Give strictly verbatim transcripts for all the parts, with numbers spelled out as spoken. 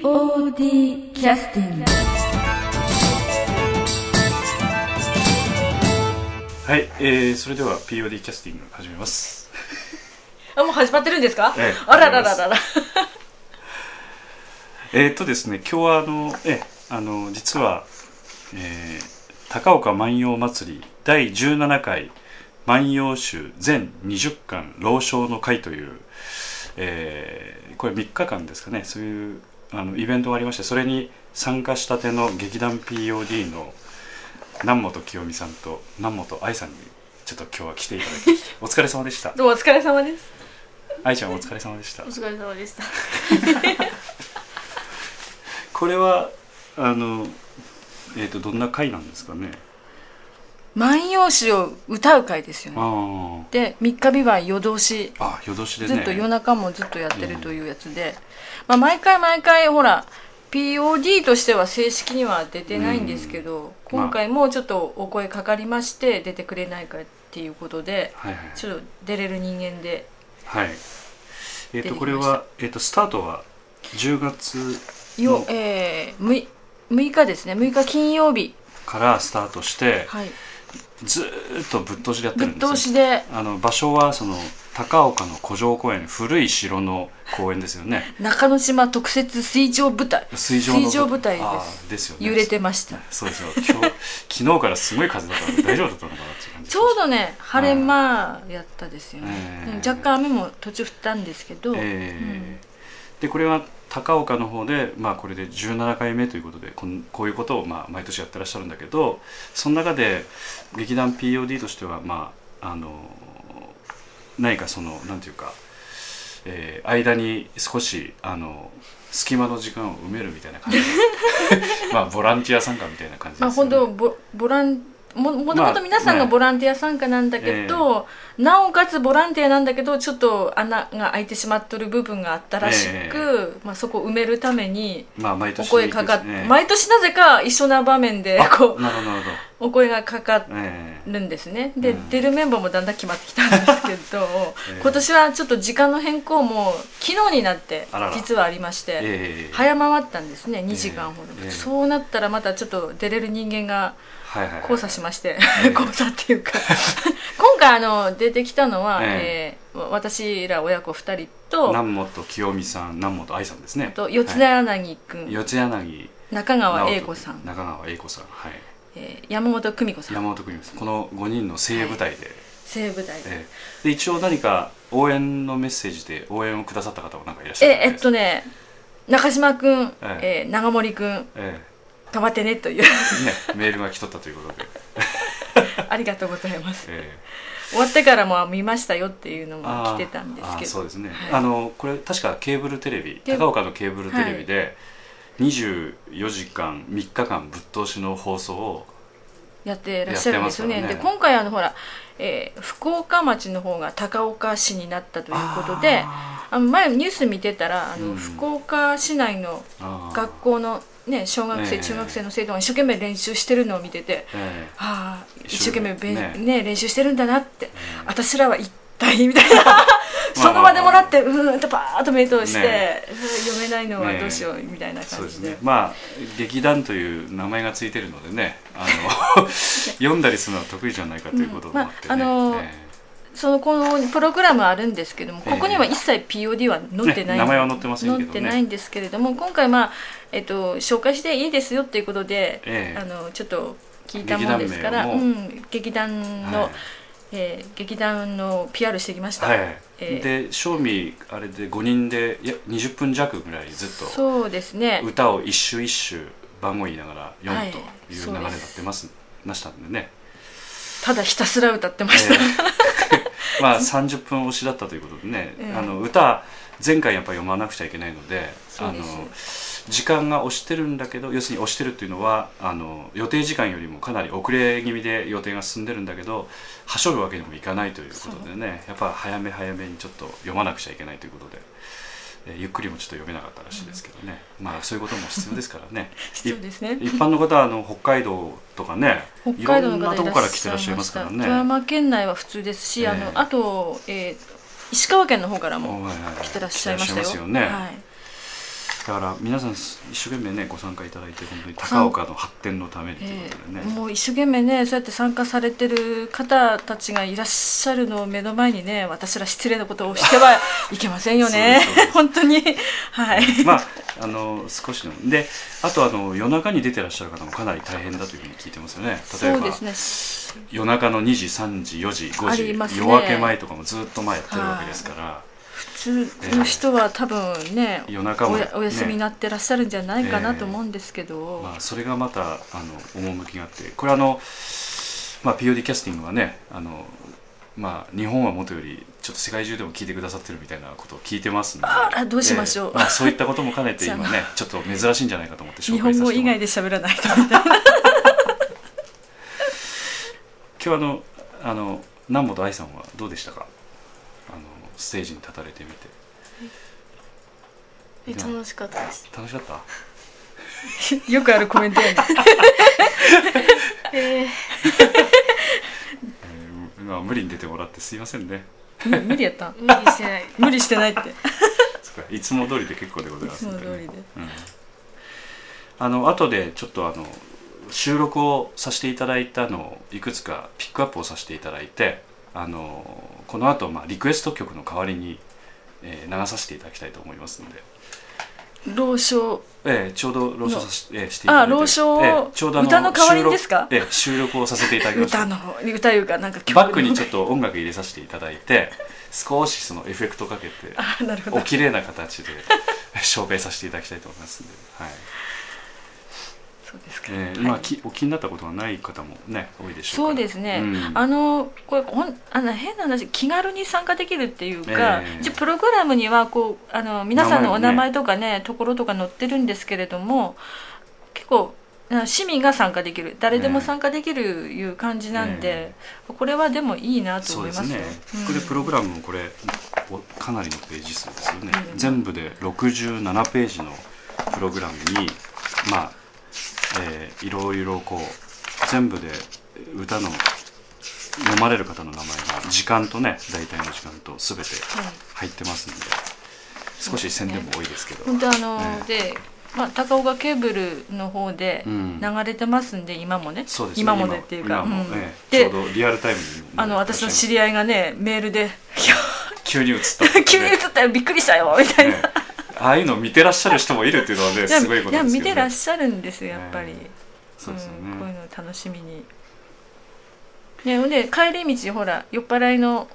オーディー キャスティング。 はい、えー、それでは ピーオーディー キャスティング始めます。 あ、もう始まってるんですか？ ええ、 あらららららえーっとですね、今日はあの、えあの実は、えー、高岡万葉祭りだいじゅうななかい万葉集全にじゅっかん朗唱の会という、えー、これみっかかんですかね、そういうあのイベントがありまして、それに参加したての劇団 ピーオーディー の南本清美さんと南本愛さんにちょっと今日は来ていただきましたお疲れ様でした。 どうもお疲れ様です。 愛ちゃんお疲れ様でした。 お疲れ様でしたこれはあの、えー、とどんな会なんですかね。 万葉集を歌う会ですよね。 あでみっかびは夜通し、 あ、夜通しでね、 ずっと夜中もずっとやってるというやつで、まあ、毎回毎回ほら ピーオーディー としては正式には出てないんですけど、うん、今回もちょっとお声かかりまして出てくれないかっていうことで、はいはい、ちょっと出れる人間で、 はい、えー、とこれは、えー、とスタートはじゅうがつの、 えー、6, むいかですね。むいか金曜日からスタートして、 はい、 ずーっとぶっ通しでやってるんですよ。 ぶっ通しで、 あの場所はその高岡の古城公園、古い城の公園ですよね。 中之島特設水上舞台、 水上の水上舞台です。 ですよね。 揺れてました。 そうですよ。今日昨日からすごい風だから大丈夫だったのかなって感じ。 ちょうどね晴れ間やったですよね、えー、若干雨も途中降ったんですけど、えーうん、 でこれは高岡の方で、まあ、これでじゅうななかいめということで こ, んこういうことをまあ毎年やってらっしゃるんだけど、その中で劇団 ピーオーディー としては、まあ、あの何かそのなんていうか、えー、間に少しあの隙間の時間を埋めるみたいな感じまあボランティア参加みたいな感じですよね。まあ本当ボボランも, もともと皆さんがボランティア参加なんだけど、まあねえー、なおかつボランティアなんだけどちょっと穴が開いてしまっとる部分があったらしく、えーまあ、そこを埋めるためにお声かかって、まあ、毎年なぜか一緒な場面でこうなるほどお声がかかるんですね、えー、で、うん、出るメンバーもだんだん決まってきたんですけど、えー、今年はちょっと時間の変更も昨日になって実はありまして、えー、早回ったんですね、にじかんほど、えー、そうなったらまたちょっと出れる人間が交差しまして、えー、交差っていうか今回あの出てきたのは、えーえー、私ら親子ふたりと南本清美さん、南本愛さんですね、 と四谷柳くん、 はい、四谷柳、 中川英子さん、 中川英子さん、はい、 えー、山本久美子さん、 山本久美子さん、このごにんの精鋭部隊で、はい、 精鋭部隊で、 えー、で一応何か応援のメッセージで応援をくださった方は何かいらっしゃるんですか。 えー、えっとね中島くん、えーえー、長森くん、えー頑張ってねというね、 メールが来とったということでありがとうございます、えー、終わってからも見ましたよっていうのも来てたんですけど、 そうですね、はい、あのこれ確かケーブルテレビ、高岡のケーブルテレビでにじゅうよじかんみっかかんぶっ通しの放送をやってらっしゃるんですよね。で今回あのほら、えー、福岡町の方が高岡市になったということで、あの前ニュース見てたらあの、うん、福岡市内の学校のね、小学生、えー、中学生の生徒が一生懸命練習してるのを見てて、えー、はあ、一生懸命べ、ねね、練習してるんだなって、えー、私らは一体みたいなその場でもらってうーんとパーッと目通して、ね、読めないのはどうしようみたいな感じで、そうですね、 まあ劇団という名前がついてるのでね、あの読んだりするのは得意じゃないかということもあってね、うん、まああのーえーそのこのプログラムあるんですけども、ここには一切 ピーオーディー は載ってない、 ね、名前は載ってませんけどね、 載ってないんですけれども、今回、まあえっと、紹介していいですよっていうことで、ええ、あのちょっと聞いたもんですから、劇団、うん、劇団の、はい、えー、劇団の ピーアール してきました、はい、 えー、で正味あれでごにんでいやにじゅっぷん弱ぐらいずっとそうですね、 歌を一首一首番号言いながら読むという流れになってますましたんでね、 ただひたすら歌ってました、えーまあさんじゅっぷん押しだったということでね、えー、あの歌前回やっぱり読まなくちゃいけないので、あの時間が押してるんだけど、要するに押してるっていうのはあの予定時間よりもかなり遅れ気味で予定が進んでるんだけど、はしょるわけにもいかないということでね、やっぱ早め早めにちょっと読まなくちゃいけないということで、えー、ゆっくりもちょっと読めなかったらしいですけどね、うん、まあそういうことも必要ですからね必要ですね。 一般の方はあの北海道とかね、 北海道の方いろんなとこから来てらっしゃいますからね。 富山県内は普通ですし、えー、あのあと、えー、石川県の方からも来てらっしゃいましたよ。 はい、 だから皆さん一生懸命ねご参加いただいて本当に高岡の発展のためにということでね、 えー、もう一生懸命ねそうやって参加されてる方たちがいらっしゃるのを目の前にね私ら失礼なことをしてはいけませんよね本当にはい、 まああの少しでもであとあの夜中に出てらっしゃる方もかなり大変だというふうに聞いてますよね。例えばそうですね、 夜中のにじさんじよじごじ、ね、夜明け前とかもずっと前やってるわけですから、 普通の人は多分ね、 えー、夜中も、ね、 お, お休みになってらっしゃるんじゃないかなと思うんですけど、 えーまあ、それがまたあの趣があってこれあの、まあ、ピーオーディー キャスティングはねあの、まあ、日本はもとよりちょっと世界中でも聞いてくださってるみたいなことを聞いてますのであらどうしましょう、 えーまあ、そういったことも兼ねて今ねちょっと珍しいんじゃないかと思って紹介させてもら日本語以外で喋らないとみたいな今日あのあの南本愛さんはどうでしたか、あのステージに立たれてみて。 え楽しかったです。 楽しかったよくあるコメントやねえーえーまあ、無理に出てもらってすいませんね無理やった無理してない無理してないっていつも通りで結構でございますので、ね、 いつも通りで、 うん、あの後でちょっとあの収録をさせていただいたのをいくつかピックアップをさせていただいてあのこの後、まあリクエスト曲の代わりに、えー、流させていただきたいと思いますので朗唱、 えー、ちょうど朗唱させ、えー、していただいてあ朗唱、えー、ちょうどあの歌の代わりにですか、 えー、収録をさせていただきました歌の歌いうかなんかバックにちょっと音楽入れさせていただいて少しそのエフェクトかけてあなるほどお綺麗な形で紹介させていただきたいと思いますので、はいそうですか、 えーまあ、きお気になったことがない方もね多いでしょうから。 そうですね、 うん、 あのこれほんあの変な話気軽に参加できるっていうか、 えー、 一応プログラムにはこうあの皆さんのお名前とかねところとか載ってるんですけれども結構市民が参加できる誰でも参加できるいう感じなんで、えー、これはでもいいなと思いますね。 そうですね、うん、これプログラムもこれかなりのページ数ですよね、うん、全部でろくじゅうななページのプログラムにまあえー、いろいろこう全部で歌の読まれる方の名前が時間とね大体の時間と全て入ってますので、はい、少し宣伝も多いですけど、 本当あの、ね、で、まあ、高岡ケーブルの方で流れてますんで、うん、今もね、 そうですね今もねっていうか、 今も、 うんえー、ちょうどリアルタイムにあの私の知り合いがねメールで急に映った、ね、 急に映ったよびっくりしたよみたいな、ね、 ああいうのを見てらっしゃる人もいるっていうのはねすごいことですけど、ね、 いや見てらっしゃるんですよやっぱり、えーそうですよね、 うん、こういうのを楽しみにね。で帰り道ほら酔っ払いの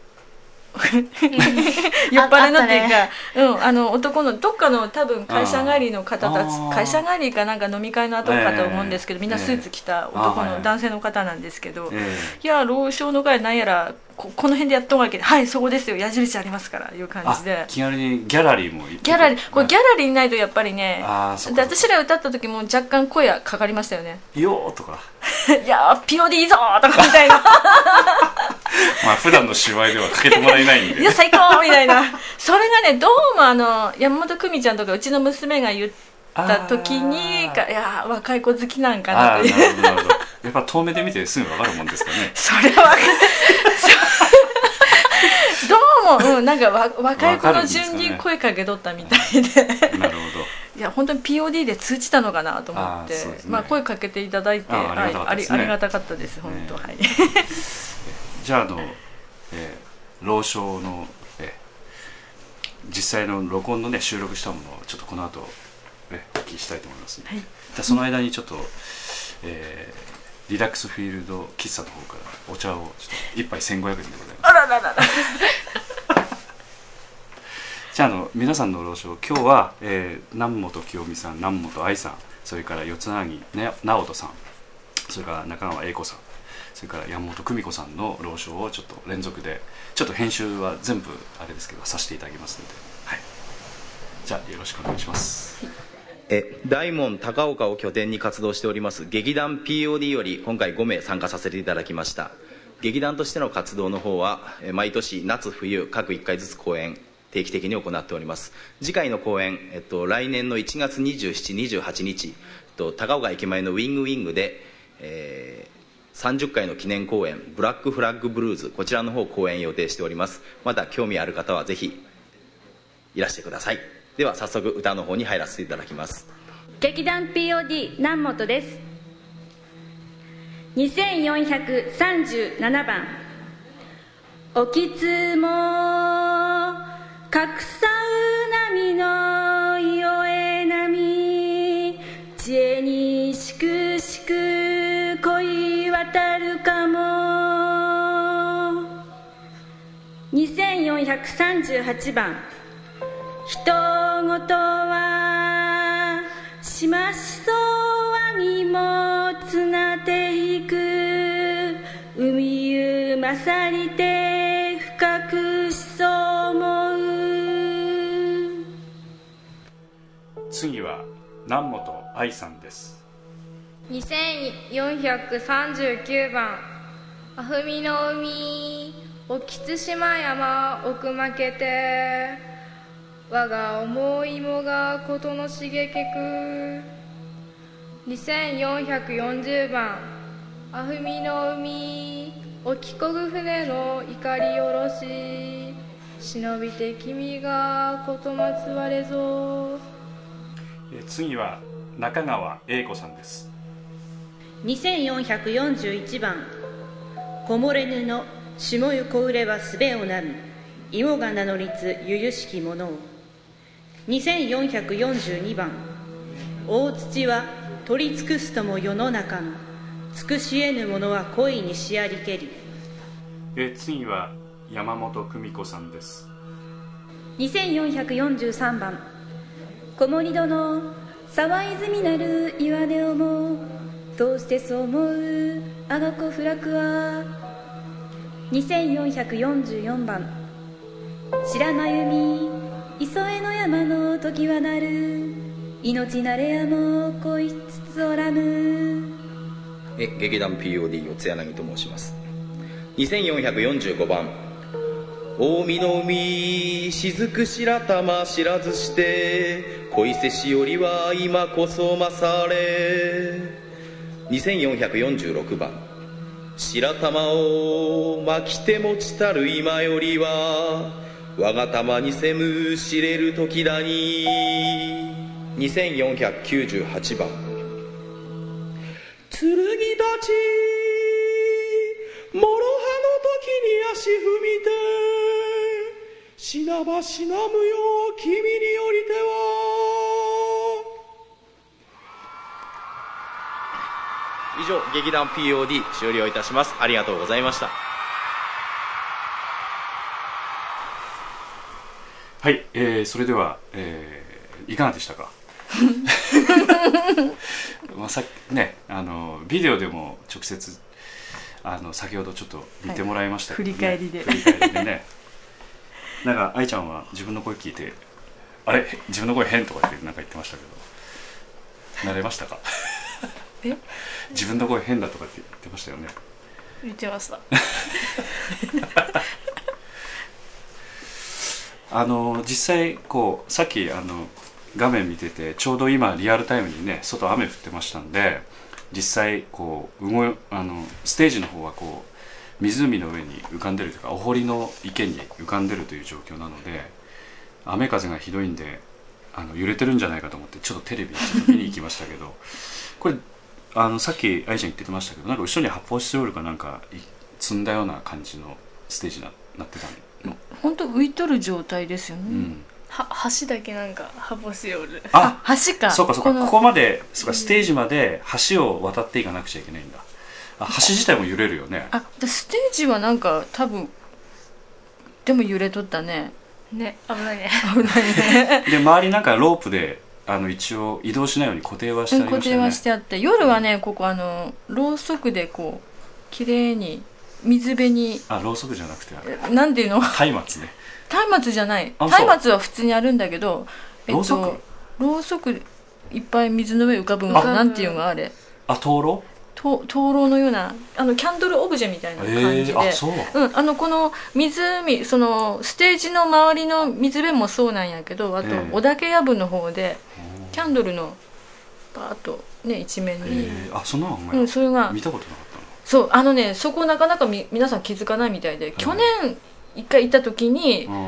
酔っ払いのっていうか、ね、うん、あの男のどっかの多分会社帰りの方たち会社帰りかなんか飲み会の後かと思うんですけど、えー、みんなスーツ着た男の、えー、男性の方なんですけど、えー、いや老少の会なんやら こ, この辺でやっとんわけではいそこですよ矢印ありますからいう感じで気軽にギャラリーもギャラリーこれギャラリーにないとやっぱりねで私ら歌った時も若干声かかりましたよねよーとかいやーピオディーぞーとかみたいなまあ普段の芝居ではかけてもらえないんでいや最高みたいなそれがねどうもあの山本久美ちゃんとかうちの娘が言った時にいや若い子好きなんかなというなるほどなるほどやっぱ遠目で見てすぐ分かるもんですかねそれはどうも、うん、なんかわ若い子の順に声かけとったみたいでなるほどいや本当に ピーオーディー で通じたのかなと思って、ねまあ、声かけていただいて あ, あ, りありがたかったです本当、ねはい、 じゃああの、えー、老少の、えー、実際の録音の、ね、収録したものをちょっとこの後、えー、お聞きしたいと思います、ねはい、じゃあその間にちょっと、えー、リラックスフィールド喫茶の方からお茶をちょっといっぱいせんごひゃくえんでございますあららららじゃあ、あの皆さんの老少今日は、えー、南本清美さん南本愛さんそれから四つ柳直人さんそれから中川英子さんそれから山本久美子さんの老少をちょっと連続でちょっと編集は全部あれですけどさせていただきますので、はい、じゃあよろしくお願いします。 え大門高岡を拠点に活動しております劇団 ピーオーディー より今回ごめい参加させていただきました。劇団としての活動の方は毎年夏冬各いっかいずつ公演定期的に行っております。次回の公演、えっと、来年のいちがつにじゅうしち、にじゅうはちにち、えっと、高岡駅前のウィングウィングで、えー、さんじゅっかいの記念公演ブラックフラッグブルーズこちらの方公演予定しております。また興味ある方はぜひいらしてください。よでは早速歌の方に入らせていただきます。 劇団 ピーオーディー 南本です。にせんよんひゃくさんじゅうななばん、おきつも格差う波のよえ波、知恵にしくしく恋渡るかも。にせんよんひゃくさんじゅうはちばん、人ごとはしましそうはにもつなていく、海ゆまさりて深くしそう思う。 次は南本愛さんです。 にせんよんひゃくさんじゅうきゅうばん、あふみの海おきつしま山奥まけて、我が思いもがことのしげけく。にせんよんひゃくよんじゅうばん、あふみの海おきこぐ船の怒りおろし、忍びて君がことまつわれぞ。 え次は中川英子さんです。 にせんよんひゃくよんじゅういちばん、木漏れぬの下湯小売はすべをなみ、芋が名乗りつゆゆしきものを。にせんよんひゃくよんじゅうにばん、大土は取り尽くすとも世の中の、尽くしえぬものは恋にしありけり。 え次は山本久美子さんです。 にせんよんひゃくよんじゅうさんばん、小森殿沢泉なる岩で思う、どうしてそう思うあの子不落は。にせんよんひゃくよんじゅうよんばん、白間弓磯江の山の時はなる、命なれやも恋しつつおらぬ。 え劇団 ピーオーディー 四谷柳と申します。にせんよんひゃくよんじゅうごばん、近江の海雫白玉知らずして、恋せしおりは今こそ勝れ。にせんよんひゃくよんじゅうろくばん、白玉を巻きて持ちたる今よりは、我が玉にせむ知れる時だに。にせんよんひゃくきゅうじゅうはちばん、剣立ち諸刃の時に足踏みて、死なば死なむよ君によりては。以上、劇団 ピーオーディー 終了いたします。ありがとうございました。 はい、えー、それでは、えー、いかがでしたか？まあさね、あのビデオでも直接あの先ほどちょっと見てもらいましたけど、ね、 はい、振り返りで振り返りでねなんか愛ちゃんは自分の声聞いてあれ自分の声変とかってなんか言ってましたけど慣れましたか？ え自分の声変だとかって言ってましたよね。 言ってましたあの実際こうさっきあの画面見ててちょうど今リアルタイムにね外雨降ってましたんで、実際こう動いあのステージの方はこう湖の上に浮かんでるというかお堀の池に浮かんでるという状況なので、雨風がひどいんであの揺れてるんじゃないかと思ってちょっとテレビちょっと見に行きましたけどこれあのさっき愛ちゃん言ってましたけど、なんか後ろに発泡スチロールかなんか積んだような感じのステージに な, なってたの。 本当浮いとる状態ですよね、うん、 は橋だけなんか発泡スチロール。 あ橋か。 そうかそうか、ここまでそうかステージまで橋を渡っていかなくちゃいけないんだ。あ橋自体も揺れるよね。 あステージはなんか多分でも揺れとったね。 ね危ないね危ないねで周りなんかロープであの一応移動しないように固定はしてありましたよね。 固定はしてあって、夜はねここあのろうそくでこう綺麗に水辺に、 あろうそくじゃなくてあれなんていうの松明ね。 松明じゃない。 あ松明は普通にあるんだけど、 えっと、ろうそくろうそくいっぱい水の上浮かぶのなんていうのあれあ灯籠灯籠のようなあのキャンドルオブジェみたいな感じで、 えー、あそう、 うん、あのこの湖そのステージの周りの水辺もそうなんやけど、あと、えー、小竹やぶの方でキャンドルのバーッとね一面に、 えー、あそんなのお前、 うん、それが見たことなかったの。 そうあのねそこなかなかみ皆さん気づかないみたいで、去年一回行った時にこ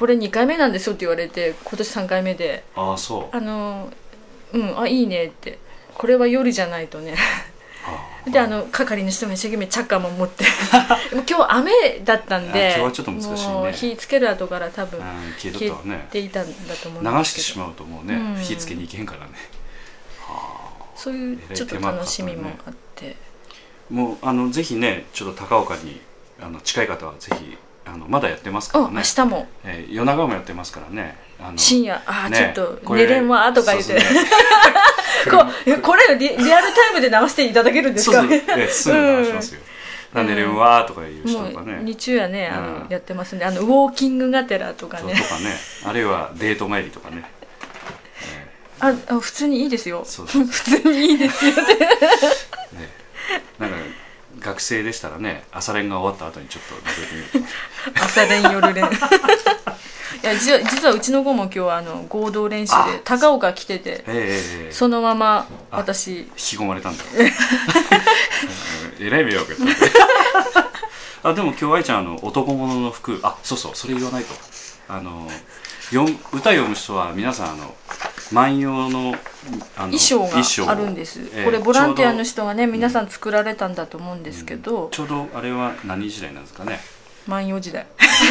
これにかいめなんですよって言われて、今年さんかいめで、 ああそうあのうんあいいねって、これは夜じゃないとねであの係の人も一生懸命チャッカーも持ってでも今日雨だったんで、 今日はちょっと難しいね、 もう火つける後から多分消消えていたんだと思うんですけど、 流してしまうともうね、うん、火つけに行けへんからね、 はあ、そういうちょっと楽しみもあって、ね、 もうあのぜひねちょっと高岡にあの近い方はぜひあのまだやってますからね、 明日も、 えー、夜長もやってますからね、あの深夜あ、ね、ちょっと寝れんわとか言ってこ, これリ, リアルタイムで流していただけるんですか？ そうそう、えー、すぐ流しますよ、うん、寝れんわとかいう人とかね、 日中はねあの、うん、やってますね、あのウォーキングがてらとかねとかね、あるいはデート帰りとかね、 えー、ああ普通にいいですよ、そうそうそう普通にいいですよねなんか学生でしたらね、朝練が終わった後にちょっと覗いてみると朝練夜練いや実は、実はうちの子も今日はあの合同練習で高岡来てて、えー、そのまま私引き込まれたんだえらい迷惑やったあでも今日愛ちゃんあの男物の服、あそうそうそれ言わないと、あのよ歌読む人は皆さんあの万葉のあの衣装があるんです、えー、これボランティアの人がね皆さん作られたんだと思うんですけど、 うん、ちょうどあれは何時代なんですかね？ 万葉時代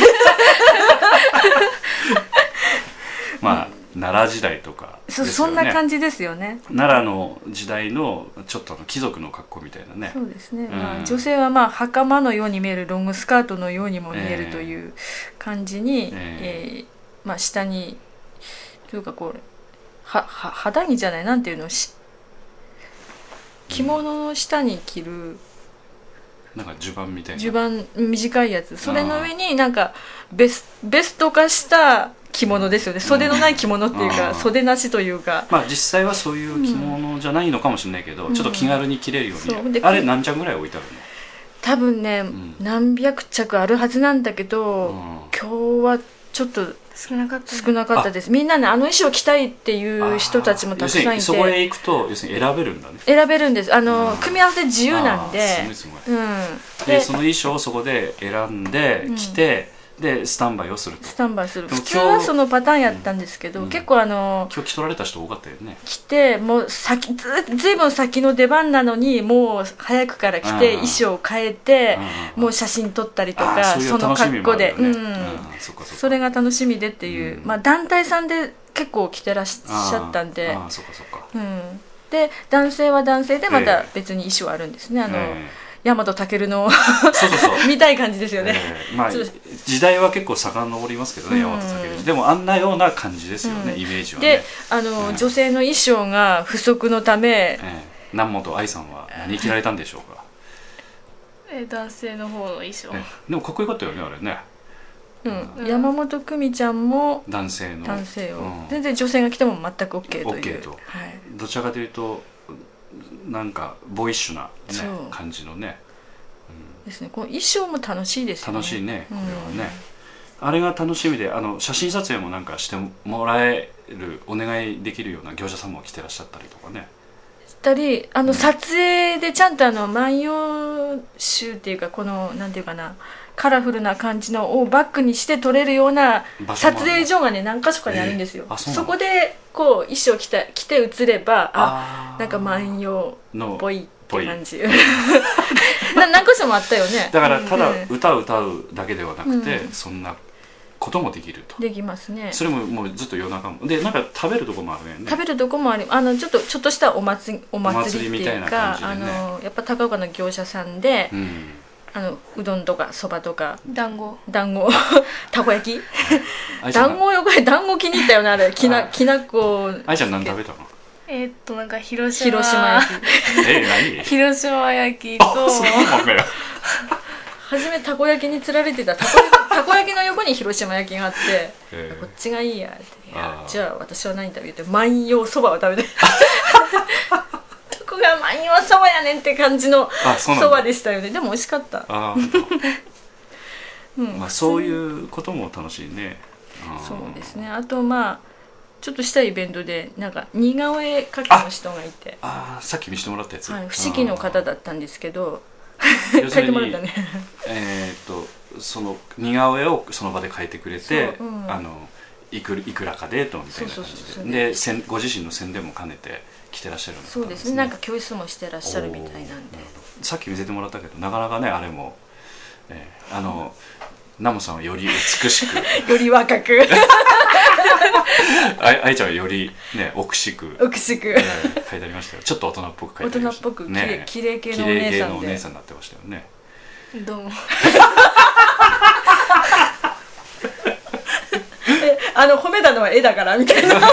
まあ奈良時代とかですよね。 そ, そんな感じですよね。 奈良の時代のちょっとあの貴族の格好みたいなね。 そうですね、うんまあ、女性はまあ袴のように見える、ロングスカートのようにも見えるという感じに、えーえーまあ、下にというかこうはは肌着じゃないなんていうのし着物の下に着るなんか襦袢みたいな襦袢短いやつ、それの上になんかベス、ベスト化した着物ですよね、袖のない着物っていうか、袖なしというか、 まあ実際はそういう着物じゃないのかもしれないけど、うん、ちょっと気軽に着れるように、うん、あれ何着ぐらい置いてあるの？ 多分ね、うん、何百着あるはずなんだけど、うん、今日はちょっと少なかった、少なかったです。みんなねあの衣装着たいっていう人たちもたくさんいて、 そこへ行くと要するに選べるんだね。 選べるんです。あの、うん、組み合わせ自由なんで、すごいすごい、うん、 で, でその衣装をそこで選んで着て、うん、でスタンバイをすると。 スタンバイする。普通はそのパターンやったんですけど、うん、結構あの今日着取られた人多かったよね。 着てもう先ずずいぶん先の出番なのにもう早くから着て衣装を変えてもう写真撮ったりとか、その格好で、うん、それが楽しみでっていう、うん、まあ団体さんで結構着てらっしゃったんで、 ああそうかそうか、 うん、で男性は男性でまた別に衣装あるんですね、あの、えー大和健のそうそうそう見たい感じですよね、 えーまあ、時代は結構遡りますけどね、大和健でもあんなような感じですよね、うん、イメージはね。 であの、えー、女性の衣装が不足のため、えー、 南本愛さんは何着られたんでしょうか？ えー、男性の方の衣装、えー、 でもかっこよかったよねあれね、 うん、山本久美ちゃんも男性の男性を、うん、全然女性が着ても全く OK という、 OK と、はい、どちらかというとなんかボーイッシュな、ね、感じのね、 うん、ですね。この衣装も楽しいですね。 楽しいねこれはね、うん、あれが楽しみで、あの写真撮影もなんかしてもらえるお願いできるような業者さんも来てらっしゃったりとかね。 したりあの、うん、撮影でちゃんとあの万葉集っていうかこのなんていうかなカラフルな感じのをバックにして撮れるような撮影所がね何か所かにあるんですよ、えー、そ, そこでこう衣装着て着て写ればああなんか万葉っぽいって感じ何か所もあったよね。 だからただ歌を歌うだけではなくて、うん、そんなこともできると。 できますね。 それももうずっと夜中もでなんか食べるとこもあるよね。 食べるとこもあり、あのちょっとちょっとしたお祭りお祭りっていうか、ね、あのやっぱ高岡の業者さんで、うん、あのうどんとかそばとか団子団子たこ焼き団子よこれ団子気に入ったよねあれきなきなこ。 あいちゃん何食べたの？ えー、っとなんか広島広島焼きえ何広島焼きとあそうなんだよ初めたこ焼きに釣られてたたこ焼き、たこ焼きの横に広島焼きがあって、えー、こっちがいいやって、いやじゃあ私は何食べて万葉そばを食べてどこが万葉そばやねんって感じのそばでしたよね。でも美味しかった。あ、 うん、まあそういうことも楽しいね。 そうですね。あとまあちょっとしたイベントでなんか似顔絵描きの人がいて、 ああさっき見せてもらったやつ、 はい、不思議の方だったんですけど描いてもらったねえっとその似顔絵をその場で描いてくれて、 うん、 あのいくいくらかでとみたいな感じで、で宣ご自身の宣伝も兼ねて来てらっしゃるんですね。 そうですね、なんか教室もしてらっしゃるみたいなんで。 さっき見せてもらったけどなかなかねあれも、えー、あのナモさんはより美しくより若くあ愛ちゃんはよりね奥しく奥しく、 えー、書いてありましたよ。ちょっと大人っぽく書いてありました。 大人っぽくね、 きれい系のお姉さんで、 きれい系のお姉さんになってましたよね。 どうもえあの褒めたのは絵だからみたいな。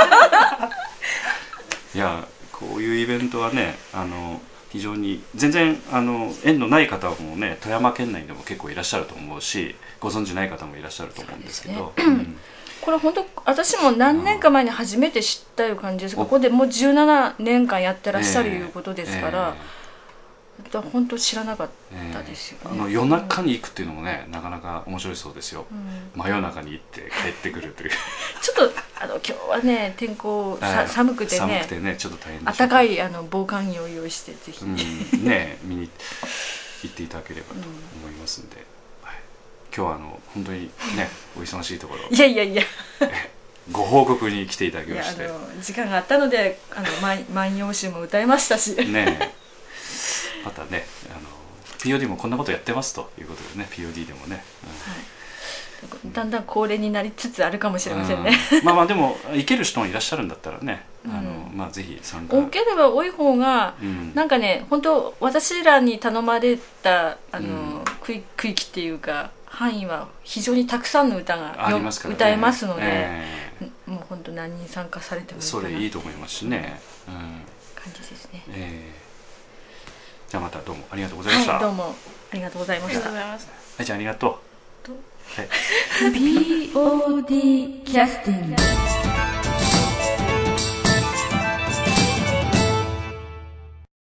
いやこういうイベントはねあの非常に全然あの縁のない方もね富山県内でも結構いらっしゃると思うし、ご存じない方もいらっしゃると思うんですけど、 ね、うん、これ本当私も何年か前に初めて知ったいう感じですが、ここでもうじゅうななねんかんやってらっしゃるいうことですから、えーえー本当知らなかったですよね。 えー、あの夜中に行くっていうのもねなかなか面白いそうですよ、うん、真夜中に行って帰ってくるというちょっとあの今日はね天候さ、えー、寒くてね寒くてねちょっと大変でしょう。 暖かいあの防寒着を用意してぜひ、 うん、ね見に行っていただければと思いますんで、うん、はい、今日はあの本当にねお忙しいところいやいやいやご報告に来ていただきまして、 いやあの時間があったのであの万葉集も歌いましたしねまたねあの ピーオーディー もこんなことやってますということでね ピーオーディー でもね、 うん、はい、だんだん恒例になりつつあるかもしれませんね、 うん、まあまあでも行ける人もいらっしゃるんだったらね、うん、あのまあぜひ参加多ければ多い方が、うん、なんかね本当私らに頼まれたあの、うん、区, 区域っていうか範囲は非常にたくさんの歌がよ、ね、歌えますので、えー、もう本当何人参加されてもいいかな、 それいいと思いますしね、うん、 感じですね、 えーじゃあまたどうもありがとうございました。 はい、どうもありがとうございました。 はい、じゃあありがとう。 はい、ピーオーディー キャスティング。